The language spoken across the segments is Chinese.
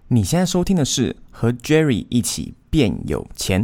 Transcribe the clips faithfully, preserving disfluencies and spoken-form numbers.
你现在收听的是和 Jerry 一起变有钱。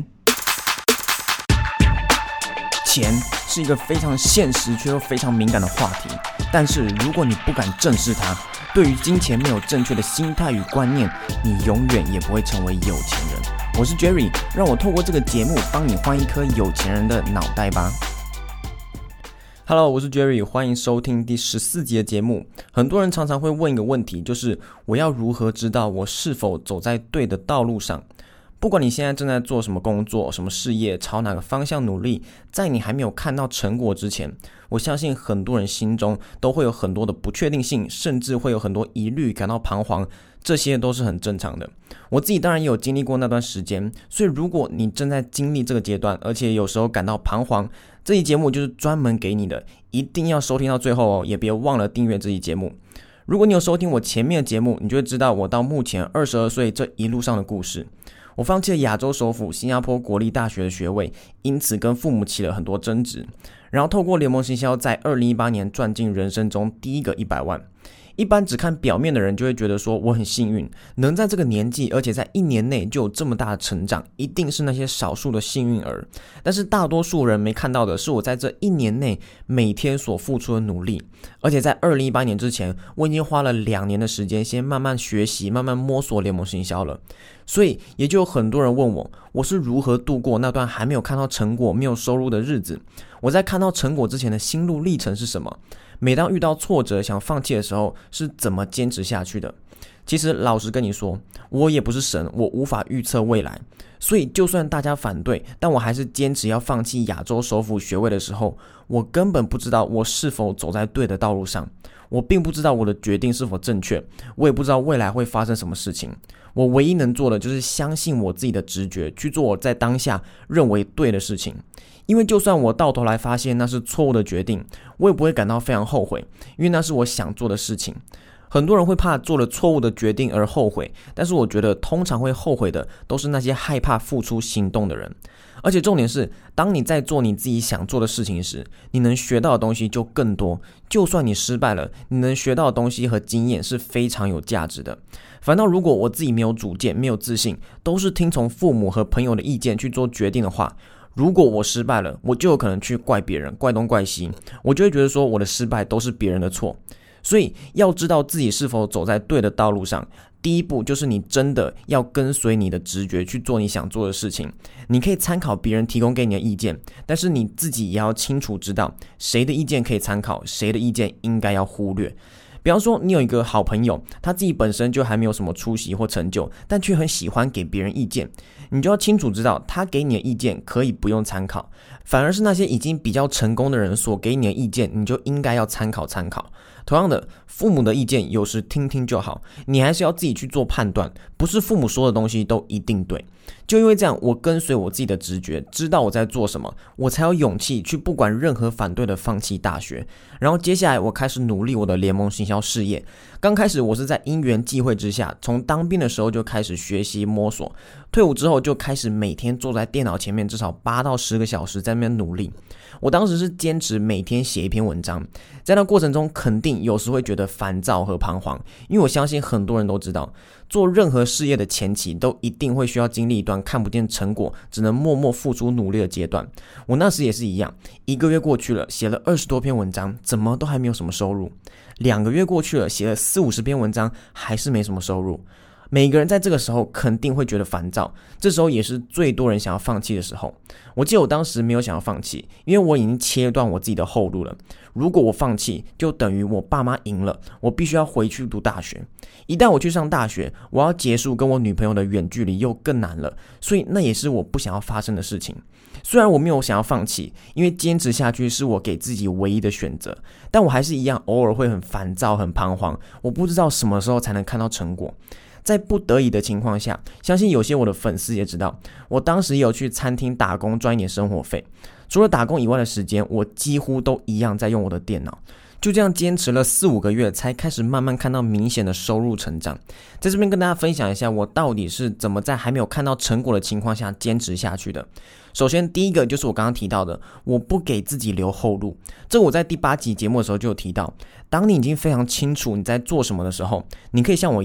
钱是一个非常现实却又非常敏感的话题，但是如果你不敢正视它，对于金钱没有正确的心态与观念，你永远也不会成为有钱人。我是 Jerry， 让我透过这个节目帮你换一颗有钱人的脑袋吧。Hello， 我是 Jerry， 欢迎收听第十四集的节目。很多人常常会问一个问题，就是我要如何知道我是否走在对的道路上？不管你现在正在做什么工作、什么事业，朝哪个方向努力，在你还没有看到成果之前，我相信很多人心中都会有很多的不确定性，甚至会有很多疑虑，感到彷徨，这些都是很正常的。我自己当然也有经历过那段时间，所以如果你正在经历这个阶段，而且有时候感到彷徨，这期节目就是专门给你的，一定要收听到最后哦，也别忘了订阅这期节目。如果你有收听我前面的节目，你就会知道我到目前二十二岁这一路上的故事。我放弃了亚洲首府新加坡国立大学的学位，因此跟父母起了很多争执，然后透过联盟行销在二零一八年赚进人生中第一个一百万。一般只看表面的人就会觉得说我很幸运，能在这个年纪，而且在一年内就有这么大的成长，一定是那些少数的幸运儿。但是大多数人没看到的是我在这一年内每天所付出的努力，而且在二零一八年之前，我已经花了两年的时间先慢慢学习，慢慢摸索联盟行销了。所以也就有很多人问我，我是如何度过那段还没有看到成果、没有收入的日子？我在看到成果之前的心路历程是什么？每当遇到挫折想放弃的时候，是怎么坚持下去的？其实老实跟你说，我也不是神，我无法预测未来，所以就算大家反对，但我还是坚持要放弃亚洲首府学位的时候，我根本不知道我是否走在对的道路上，我并不知道我的决定是否正确，我也不知道未来会发生什么事情。我唯一能做的就是相信我自己的直觉，去做我在当下认为对的事情。因为就算我到头来发现那是错误的决定，我也不会感到非常后悔，因为那是我想做的事情。很多人会怕做了错误的决定而后悔，但是我觉得通常会后悔的都是那些害怕付出行动的人。而且重点是，当你在做你自己想做的事情时，你能学到的东西就更多。就算你失败了，你能学到的东西和经验是非常有价值的。反倒如果我自己没有主见、没有自信，都是听从父母和朋友的意见去做决定的话，如果我失败了，我就有可能去怪别人，怪东怪西，我就会觉得说我的失败都是别人的错。所以要知道自己是否走在对的道路上，第一步就是你真的要跟随你的直觉去做你想做的事情。你可以参考别人提供给你的意见，但是你自己也要清楚知道谁的意见可以参考，谁的意见应该要忽略。比方说你有一个好朋友，他自己本身就还没有什么出息或成就，但却很喜欢给别人意见，你就要清楚知道他给你的意见可以不用参考，反而是那些已经比较成功的人所给你的意见，你就应该要参考参考。同样的，父母的意见有时听听就好，你还是要自己去做判断，不是父母说的东西都一定对。就因为这样，我跟随我自己的直觉，知道我在做什么，我才有勇气去不管任何反对的放弃大学。然后接下来我开始努力我的联盟行销事业。刚开始我是在因缘际会之下，从当兵的时候就开始学习摸索，退伍之后就开始每天坐在电脑前面至少八到十个小时在那边努力。我当时是坚持每天写一篇文章，在那过程中肯定有时会觉得烦躁和彷徨，因为我相信很多人都知道，做任何事业的前期都一定会需要经历一段看不见成果，只能默默付出努力的阶段。我那时也是一样，一个月过去了，写了二十多篇文章，怎么都还没有什么收入。两个月过去了，写了四五十篇文章，还是没什么收入。每个人在这个时候肯定会觉得烦躁，这时候也是最多人想要放弃的时候。我记得我当时没有想要放弃，因为我已经切断我自己的后路了。如果我放弃，就等于我爸妈赢了，我必须要回去读大学。一旦我去上大学，我要结束跟我女朋友的远距离又更难了，所以那也是我不想要发生的事情。虽然我没有想要放弃，因为坚持下去是我给自己唯一的选择，但我还是一样偶尔会很烦躁、很彷徨，我不知道什么时候才能看到成果。在不得已的情况下，相信有些我的粉丝也知道，我当时也有去餐厅打工赚一点生活费。除了打工以外的时间，我几乎都一样在用我的电脑。就这样坚持了四五个月，才开始慢慢看到明显的收入成长。在这边跟大家分享一下，我到底是怎么在还没有看到成果的情况下坚持下去的。首先第一个就是我刚刚提到的，我不给自己留后路。这个我在第八集节目的时候就有提到，当你已经非常清楚你在做什么的时候，你可以像我一样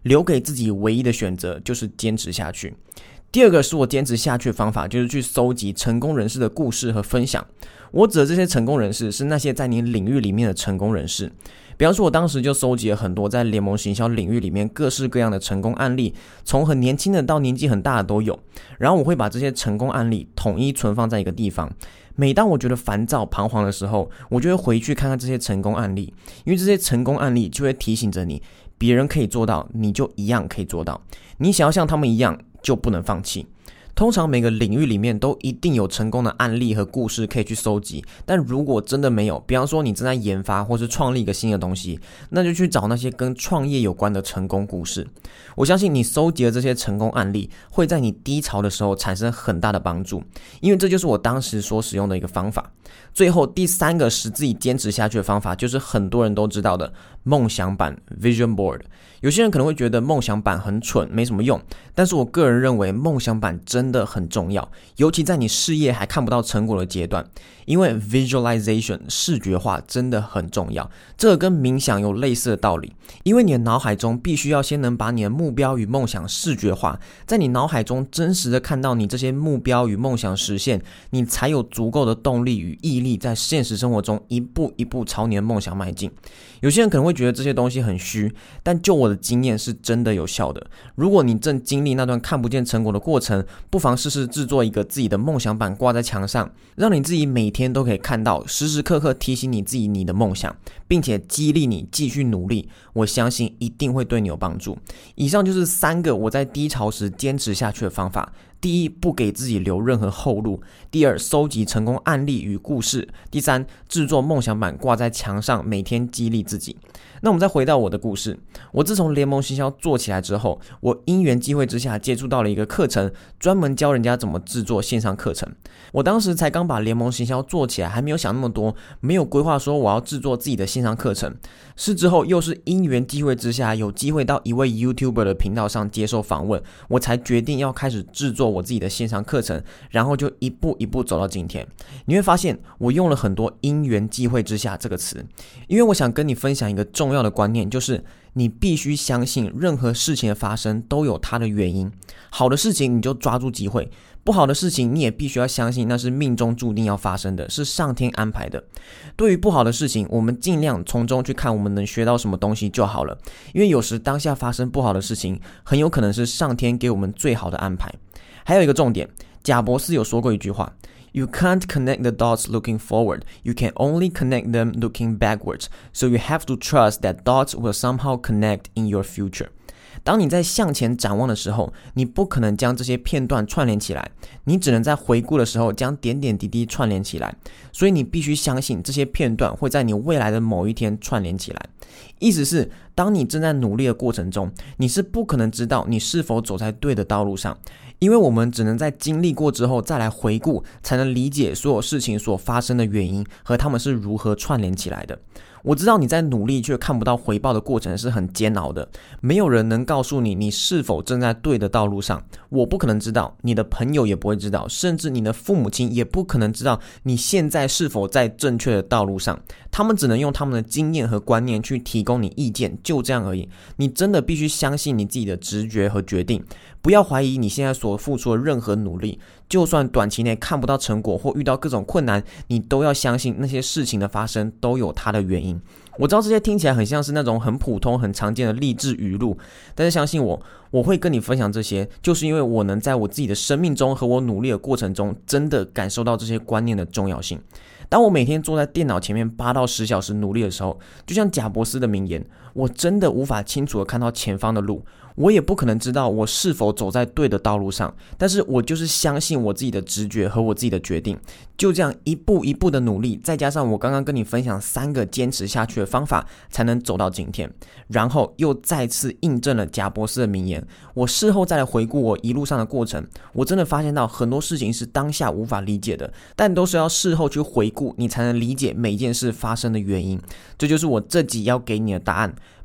留给自己唯一的选择就是坚持下去。第二个是我坚持下去的方法，就是去搜集成功人士的故事和分享。我指的这些成功人士是那些在你领域里面的成功人士。比方说我当时就搜集了很多在联盟行销领域里面各式各样的成功案例，从很年轻的到年纪很大的都有，然后我会把这些成功案例统一存放在一个地方。每当我觉得烦躁彷徨的时候，我就会回去看看这些成功案例，因为这些成功案例就会提醒着你，别人可以做到，你就一样可以做到，你想要像他们一样就不能放弃。通常每个领域里面都一定有成功的案例和故事可以去搜集，但如果真的没有，比方说你正在研发或是创立一个新的东西，那就去找那些跟创业有关的成功故事。我相信你搜集的这些成功案例会在你低潮的时候产生很大的帮助，因为这就是我当时所使用的一个方法。最后第三个使自己坚持下去的方法，就是很多人都知道的梦想版 Vision Board。 有些人可能会觉得梦想版很蠢，没什么用，但是我个人认为梦想版真的很重要，尤其在你事业还看不到成果的阶段，因为 visualization 视觉化真的很重要。这个跟冥想有类似的道理，因为你的脑海中必须要先能把你的目标与梦想视觉化，在你脑海中真实的看到你这些目标与梦想实现，你才有足够的动力与毅力在现实生活中一步一步朝你的梦想迈进。有些人可能会觉得这些东西很虚，但就我的经验是真的有效的。如果你正经历那段看不见成果的过程，不妨试试制作一个自己的梦想板挂在墙上，让你自己每天都可以看到，时时刻刻提醒你自己你的梦想，并且激励你继续努力。我相信一定会对你有帮助。以上就是三个我在低潮时坚持下去的方法。第一，不给自己留任何后路；第二，收集成功案例与故事；第三，制作梦想板挂在墙上，每天激励自己。那我们再回到我的故事，我自从联盟行销做起来之后，我因缘际会之下接触到了一个课程，专门教人家怎么制作线上课程。我当时才刚把联盟行销做起来，还没有想那么多，没有规划说我要制作自己的线上课程。是之后又是因缘际会之下，有机会到一位 YouTuber 的频道上接受访问，我才决定要开始制作我自己的线上课程，然后就一步一步走到今天。你会发现我用了很多因缘际会之下这个词，因为我想跟你分享一个重要的观念，就是你必须相信任何事情的发生都有它的原因。好的事情你就抓住机会，不好的事情你也必须要相信那是命中注定要发生的，是上天安排的。对于不好的事情，我们尽量从中去看我们能学到什么东西就好了，因为有时当下发生不好的事情，很有可能是上天给我们最好的安排。还有一个重点，贾伯斯有说过一句话， You can't connect the dots looking forward, you can only connect them looking backwards, so you have to trust that dots will somehow connect in your future。 当你在向前展望的时候，你不可能将这些片段串联起来，你只能在回顾的时候将点点滴滴串联起来，所以你必须相信这些片段会在你未来的某一天串联起来。意思是，当你正在努力的过程中，你是不可能知道你是否走在对的道路上，因为我们只能在经历过之后再来回顾，才能理解所有事情所发生的原因和他们是如何串联起来的。我知道你在努力却看不到回报的过程是很煎熬的，没有人能告诉你你是否正在对的道路上，我不可能知道，你的朋友也不会知道，甚至你的父母亲也不可能知道你现在是否在正确的道路上，他们只能用他们的经验和观念去提供你意见，就这样而已。你真的必须相信你自己的直觉和决定，不要怀疑你现在所付出的任何努力，就算短期内看不到成果或遇到各种困难，你都要相信那些事情的发生都有它的原因。我知道这些听起来很像是那种很普通很常见的励志语录，但是相信我，我会跟你分享这些，就是因为我能在我自己的生命中和我努力的过程中，真的感受到这些观念的重要性。当我每天坐在电脑前面八到十小时努力的时候，就像贾伯斯的名言，我真的无法清楚地看到前方的路，我也不可能知道我是否走在对的道路上，但是我就是相信我自己的直觉和我自己的决定，就这样一步一步的努力，再加上我刚刚跟你分享三个坚持下去的方法，才能走到今天。然后又再次印证了贾伯斯的名言，我事后再来回顾我一路上的过程，我真的发现到很多事情是当下无法理解的，但都是要事后去回顾，你才能理解每件事发生的原因。这就是我这集要给你的答案，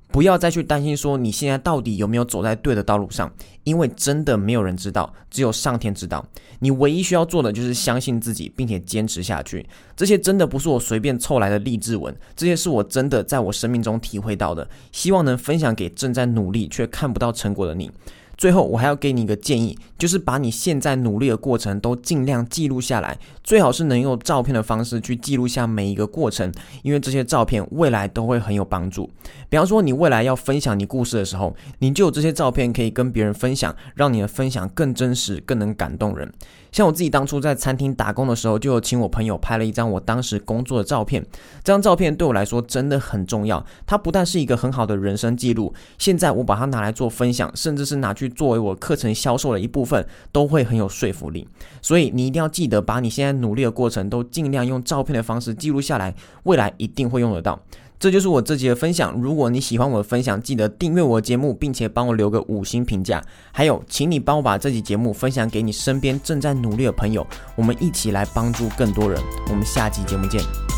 不要再去担心说你现在到底有没有走在对的道路上，因为真的没有人知道，只有上天知道。你唯一需要做的就是相信自己，并且坚持下去。这些真的不是我随便凑来的励志文，这些是我真的在我生命中体会到的，希望能分享给正在努力却看不到成果的你。最后我还要给你一个建议，就是把你现在努力的过程都尽量记录下来，最好是能用照片的方式去记录下每一个过程，因为这些照片未来都会很有帮助。比方说你未来要分享你故事的时候，你就有这些照片可以跟别人分享，让你的分享更真实，更能感动人。像我自己当初在餐厅打工的时候，就有请我朋友拍了一张我当时工作的照片，这张照片对我来说真的很重要，它不但是一个很好的人生记录，现在我把它拿来做分享，甚至是拿去作为我课程销售的一部分，都会很有说服力。所以你一定要记得把你现在努力的过程都尽量用照片的方式记录下来，未来一定会用得到。这就是我这集的分享，如果你喜欢我的分享，记得订阅我的节目，并且帮我留个五星评价。还有请你帮我把这集节目分享给你身边正在努力的朋友，我们一起来帮助更多人。我们下集节目见。